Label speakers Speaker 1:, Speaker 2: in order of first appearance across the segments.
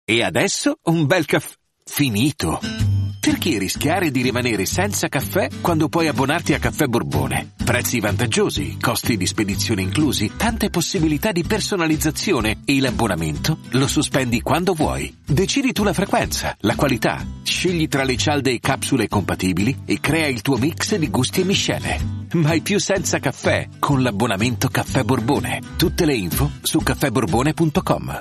Speaker 1: E adesso un bel caffè finito. Perché rischiare di rimanere senza caffè quando puoi abbonarti a Caffè Borbone? Prezzi vantaggiosi, costi di spedizione inclusi, tante possibilità di personalizzazione e l'abbonamento lo sospendi quando vuoi. Decidi tu la frequenza, la qualità, scegli tra le cialde e capsule compatibili e crea il tuo mix di gusti e miscele. Mai più senza caffè con l'abbonamento Caffè Borbone. Tutte le info su caffèborbone.com.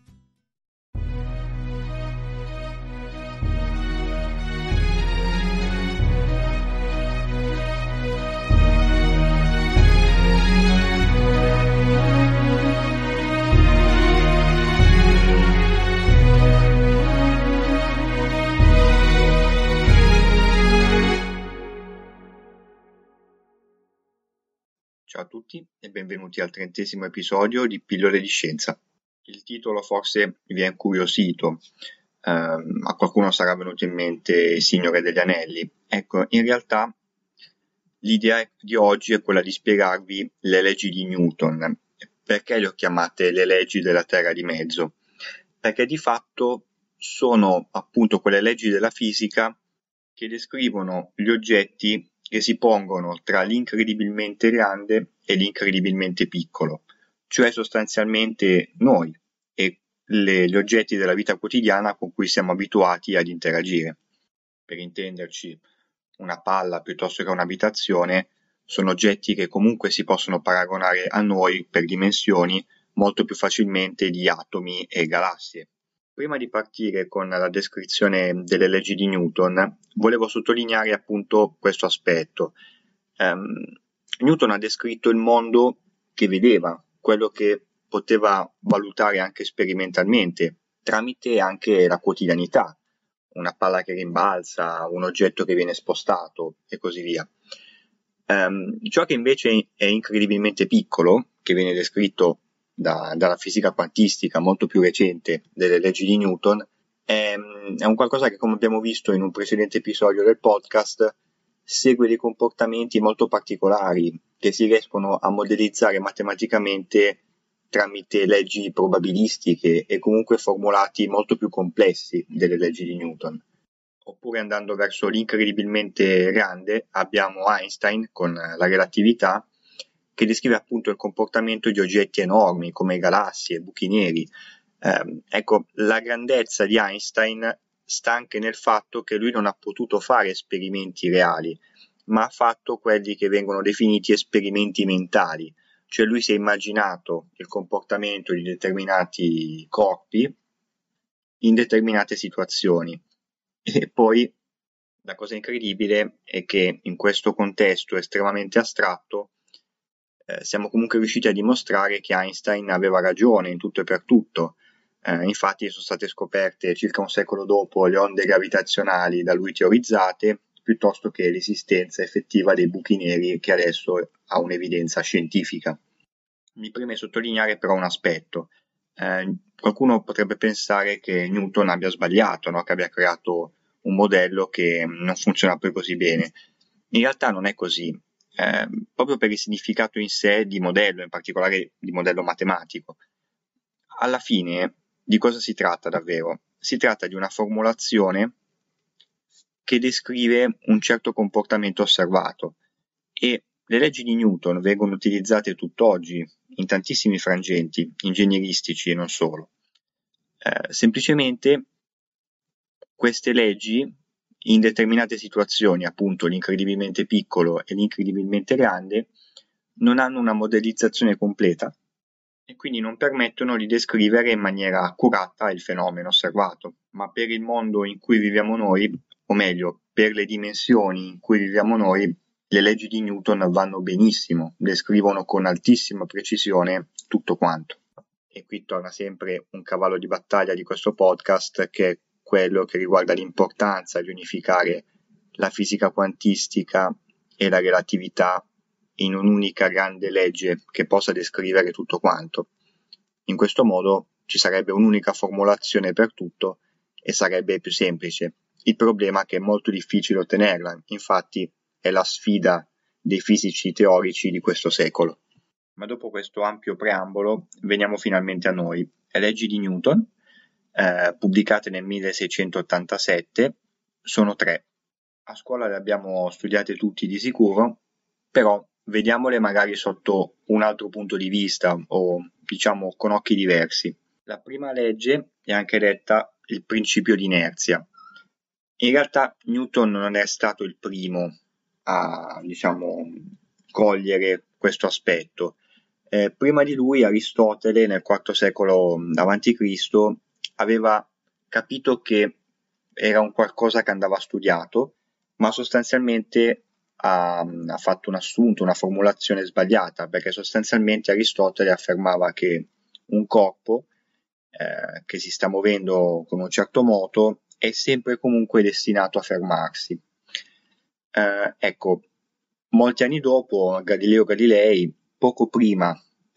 Speaker 2: Ciao a tutti e benvenuti al 30° episodio di Pillole di Scienza. Il titolo forse vi ha incuriosito, a qualcuno sarà venuto in mente Il Signore degli Anelli. Ecco, in realtà l'idea di oggi è quella di spiegarvi le leggi di Newton. Perché le ho chiamate le leggi della Terra di Mezzo? Perché di fatto sono appunto quelle leggi della fisica che descrivono gli oggetti che si pongono tra l'incredibilmente grande e l'incredibilmente piccolo, cioè sostanzialmente noi e gli oggetti della vita quotidiana con cui siamo abituati ad interagire. Per intenderci, una palla piuttosto che un'abitazione sono oggetti che comunque si possono paragonare a noi per dimensioni molto più facilmente di atomi e galassie. Prima di partire con la descrizione delle leggi di Newton, volevo sottolineare appunto questo aspetto. Newton ha descritto il mondo che vedeva, quello che poteva valutare anche sperimentalmente, tramite anche la quotidianità, una palla che rimbalza, un oggetto che viene spostato e così via. Ciò che invece è incredibilmente piccolo, che viene descritto dalla fisica quantistica molto più recente delle leggi di Newton, è un qualcosa che, come abbiamo visto in un precedente episodio del podcast, segue dei comportamenti molto particolari che si riescono a modellizzare matematicamente tramite leggi probabilistiche e comunque formulati molto più complessi delle leggi di Newton. Oppure, andando verso l'incredibilmente grande, abbiamo Einstein con la relatività, che descrive appunto il comportamento di oggetti enormi come galassie, buchi neri. Ecco, la grandezza di Einstein sta anche nel fatto che lui non ha potuto fare esperimenti reali, ma ha fatto quelli che vengono definiti esperimenti mentali, cioè lui si è immaginato il comportamento di determinati corpi in determinate situazioni. E poi la cosa incredibile è che in questo contesto estremamente astratto siamo comunque riusciti a dimostrare che Einstein aveva ragione in tutto e per tutto. Infatti sono state scoperte circa un secolo dopo le onde gravitazionali da lui teorizzate, piuttosto che l'esistenza effettiva dei buchi neri, che adesso ha un'evidenza scientifica. Mi preme sottolineare però un aspetto. Qualcuno potrebbe pensare che Newton abbia sbagliato, no? Che abbia creato un modello che non funziona poi così bene. In realtà non è così. Proprio per il significato in sé di modello, in particolare di modello matematico. Alla fine, di cosa si tratta davvero? Si tratta di una formulazione che descrive un certo comportamento osservato, e le leggi di Newton vengono utilizzate tutt'oggi in tantissimi frangenti ingegneristici e non solo. Semplicemente queste leggi, in determinate situazioni, appunto l'incredibilmente piccolo e l'incredibilmente grande, non hanno una modellizzazione completa e quindi non permettono di descrivere in maniera accurata il fenomeno osservato. Ma per il mondo in cui viviamo noi, o meglio, per le dimensioni in cui viviamo noi, le leggi di Newton vanno benissimo, descrivono con altissima precisione tutto quanto. E qui torna sempre un cavallo di battaglia di questo podcast, che è quello che riguarda l'importanza di unificare la fisica quantistica e la relatività in un'unica grande legge che possa descrivere tutto quanto. In questo modo ci sarebbe un'unica formulazione per tutto e sarebbe più semplice. Il problema è che è molto difficile ottenerla, infatti è la sfida dei fisici teorici di questo secolo. Ma dopo questo ampio preambolo veniamo finalmente a noi. Le leggi di Newton pubblicate nel 1687, sono 3. A scuola le abbiamo studiate tutti di sicuro, però vediamole magari sotto un altro punto di vista o diciamo con occhi diversi. La prima legge è anche detta il principio di inerzia. In realtà Newton non è stato il primo a, diciamo, cogliere questo aspetto. Prima di lui Aristotele nel IV secolo a.C. aveva capito che era un qualcosa che andava studiato, ma sostanzialmente ha fatto un assunto, una formulazione sbagliata, perché sostanzialmente Aristotele affermava che un corpo che si sta muovendo con un certo modo è sempre comunque destinato a fermarsi. Ecco, molti anni dopo Galileo Galilei, poco prima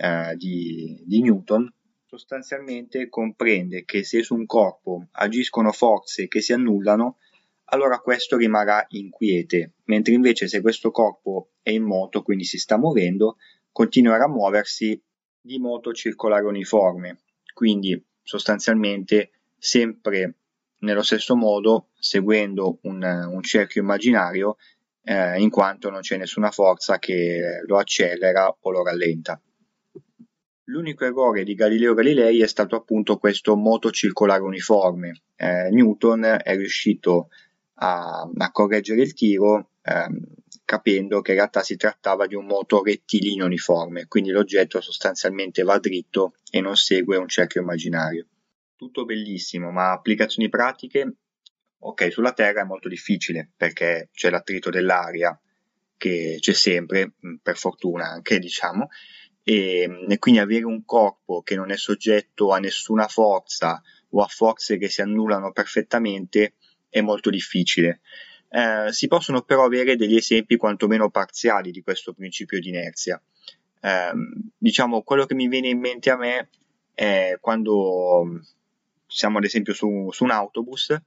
Speaker 2: di Newton, sostanzialmente comprende che se su un corpo agiscono forze che si annullano, allora questo rimarrà inquiete, mentre invece se questo corpo è in moto, quindi si sta muovendo, continuerà a muoversi di moto circolare uniforme, quindi sostanzialmente sempre nello stesso modo, seguendo un cerchio immaginario, in quanto non c'è nessuna forza che lo accelera o lo rallenta. L'unico errore di Galileo Galilei è stato appunto questo moto circolare uniforme. Newton è riuscito a correggere il tiro capendo che in realtà si trattava di un moto rettilineo uniforme, quindi l'oggetto sostanzialmente va dritto e non segue un cerchio immaginario. Tutto bellissimo, ma applicazioni pratiche? Ok, sulla Terra è molto difficile perché c'è l'attrito dell'aria che c'è sempre, per fortuna anche diciamo, e quindi avere un corpo che non è soggetto a nessuna forza o a forze che si annullano perfettamente è molto difficile. Si possono però avere degli esempi quantomeno parziali di questo principio di inerzia. Diciamo, quello che mi viene in mente a me è quando siamo ad esempio su un autobus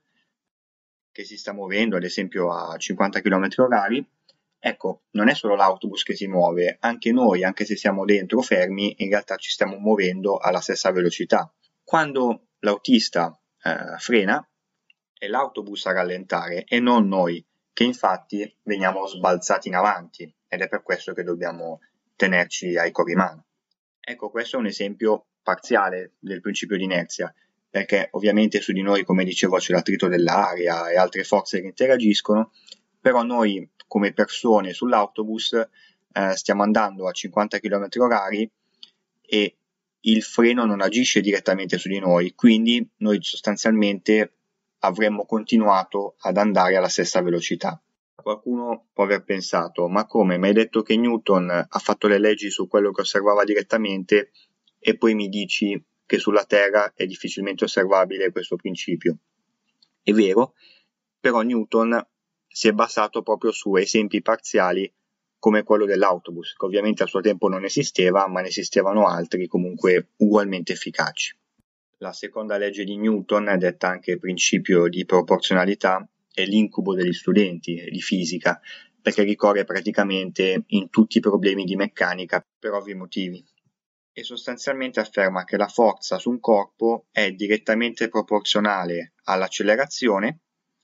Speaker 2: che si sta muovendo ad esempio a 50 km/h. Ecco, non è solo l'autobus che si muove, anche noi, anche se siamo dentro fermi, in realtà ci stiamo muovendo alla stessa velocità. Quando l'autista frena, è l'autobus a rallentare e non noi, che infatti veniamo sbalzati in avanti, ed è per questo che dobbiamo tenerci ai corrimano. Ecco, questo è un esempio parziale del principio di inerzia, perché ovviamente su di noi, come dicevo, c'è l'attrito dell'aria e altre forze che interagiscono, però noi come persone sull'autobus stiamo andando a 50 km/h e il freno non agisce direttamente su di noi, quindi noi sostanzialmente avremmo continuato ad andare alla stessa velocità. Qualcuno può aver pensato, ma come? Mi hai detto che Newton ha fatto le leggi su quello che osservava direttamente e poi mi dici che sulla Terra è difficilmente osservabile questo principio. È vero, però Newton si è basato proprio su esempi parziali come quello dell'autobus, che ovviamente al suo tempo non esisteva, ma ne esistevano altri comunque ugualmente efficaci. La seconda legge di Newton, detta anche principio di proporzionalità, è l'incubo degli studenti di fisica, perché ricorre praticamente in tutti i problemi di meccanica per ovvi motivi. E sostanzialmente afferma che la forza su un corpo è direttamente proporzionale all'accelerazione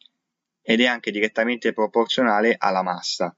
Speaker 2: ed è anche direttamente proporzionale alla massa.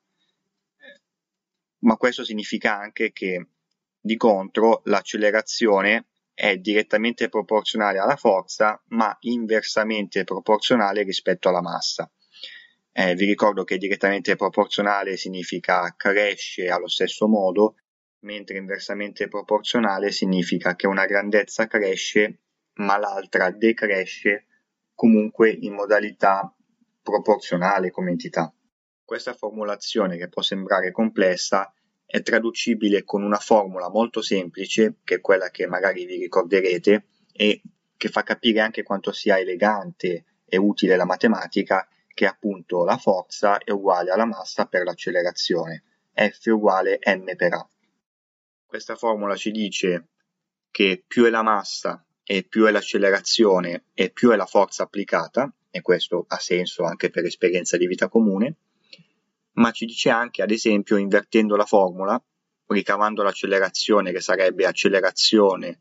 Speaker 2: Ma questo significa anche che, di contro, l'accelerazione è direttamente proporzionale alla forza, ma inversamente proporzionale rispetto alla massa. Vi ricordo che direttamente proporzionale significa cresce allo stesso modo, mentre inversamente proporzionale significa che una grandezza cresce, ma l'altra decresce comunque in modalità proporzionale come entità. Questa formulazione, che può sembrare complessa, è traducibile con una formula molto semplice, che è quella che magari vi ricorderete e che fa capire anche quanto sia elegante e utile la matematica, che appunto la forza è uguale alla massa per l'accelerazione, F uguale m per a. Questa formula ci dice che più è la massa e più è l'accelerazione e più è la forza applicata, e questo ha senso anche per esperienza di vita comune, ma ci dice anche, ad esempio, invertendo la formula, ricavando l'accelerazione che sarebbe accelerazione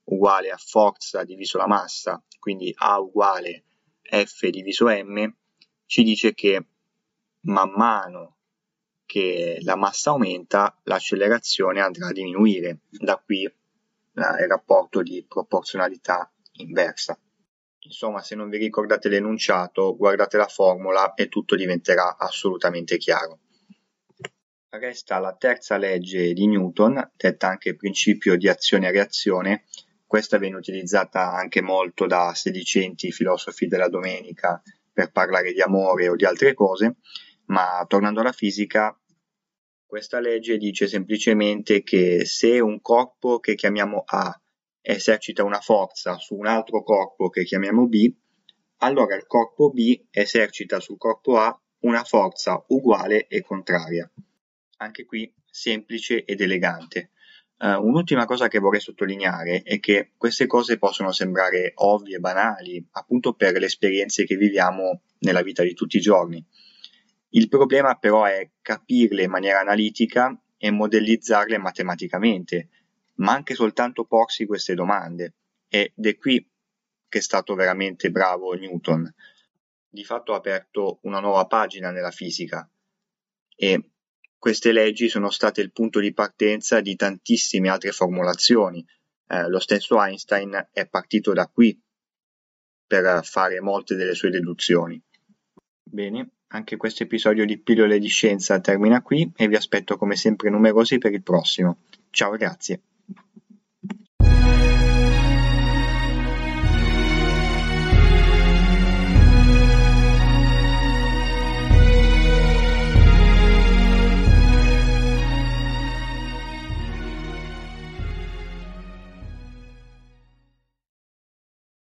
Speaker 2: uguale a forza diviso la massa, quindi A uguale F diviso m, ci dice che man mano che la massa aumenta, l'accelerazione andrà a diminuire. Da qui il rapporto di proporzionalità inversa. Insomma, se non vi ricordate l'enunciato, guardate la formula e tutto diventerà assolutamente chiaro. Resta la terza legge di Newton, detta anche principio di azione e reazione. Questa viene utilizzata anche molto da sedicenti filosofi della domenica per parlare di amore o di altre cose, ma tornando alla fisica, questa legge dice semplicemente che se un corpo che chiamiamo A esercita una forza su un altro corpo che chiamiamo B, allora il corpo B esercita sul corpo A una forza uguale e contraria. Anche qui semplice ed elegante. Un'ultima cosa che vorrei sottolineare è che queste cose possono sembrare ovvie e banali, appunto per le esperienze che viviamo nella vita di tutti i giorni. Il problema però è capirle in maniera analitica e modellizzarle matematicamente, ma anche soltanto porsi queste domande. Ed è qui che è stato veramente bravo Newton. Di fatto ha aperto una nuova pagina nella fisica e queste leggi sono state il punto di partenza di tantissime altre formulazioni. Lo stesso Einstein è partito da qui per fare molte delle sue deduzioni. Bene, anche questo episodio di Pillole di Scienza termina qui e vi aspetto come sempre numerosi per il prossimo. Ciao e grazie.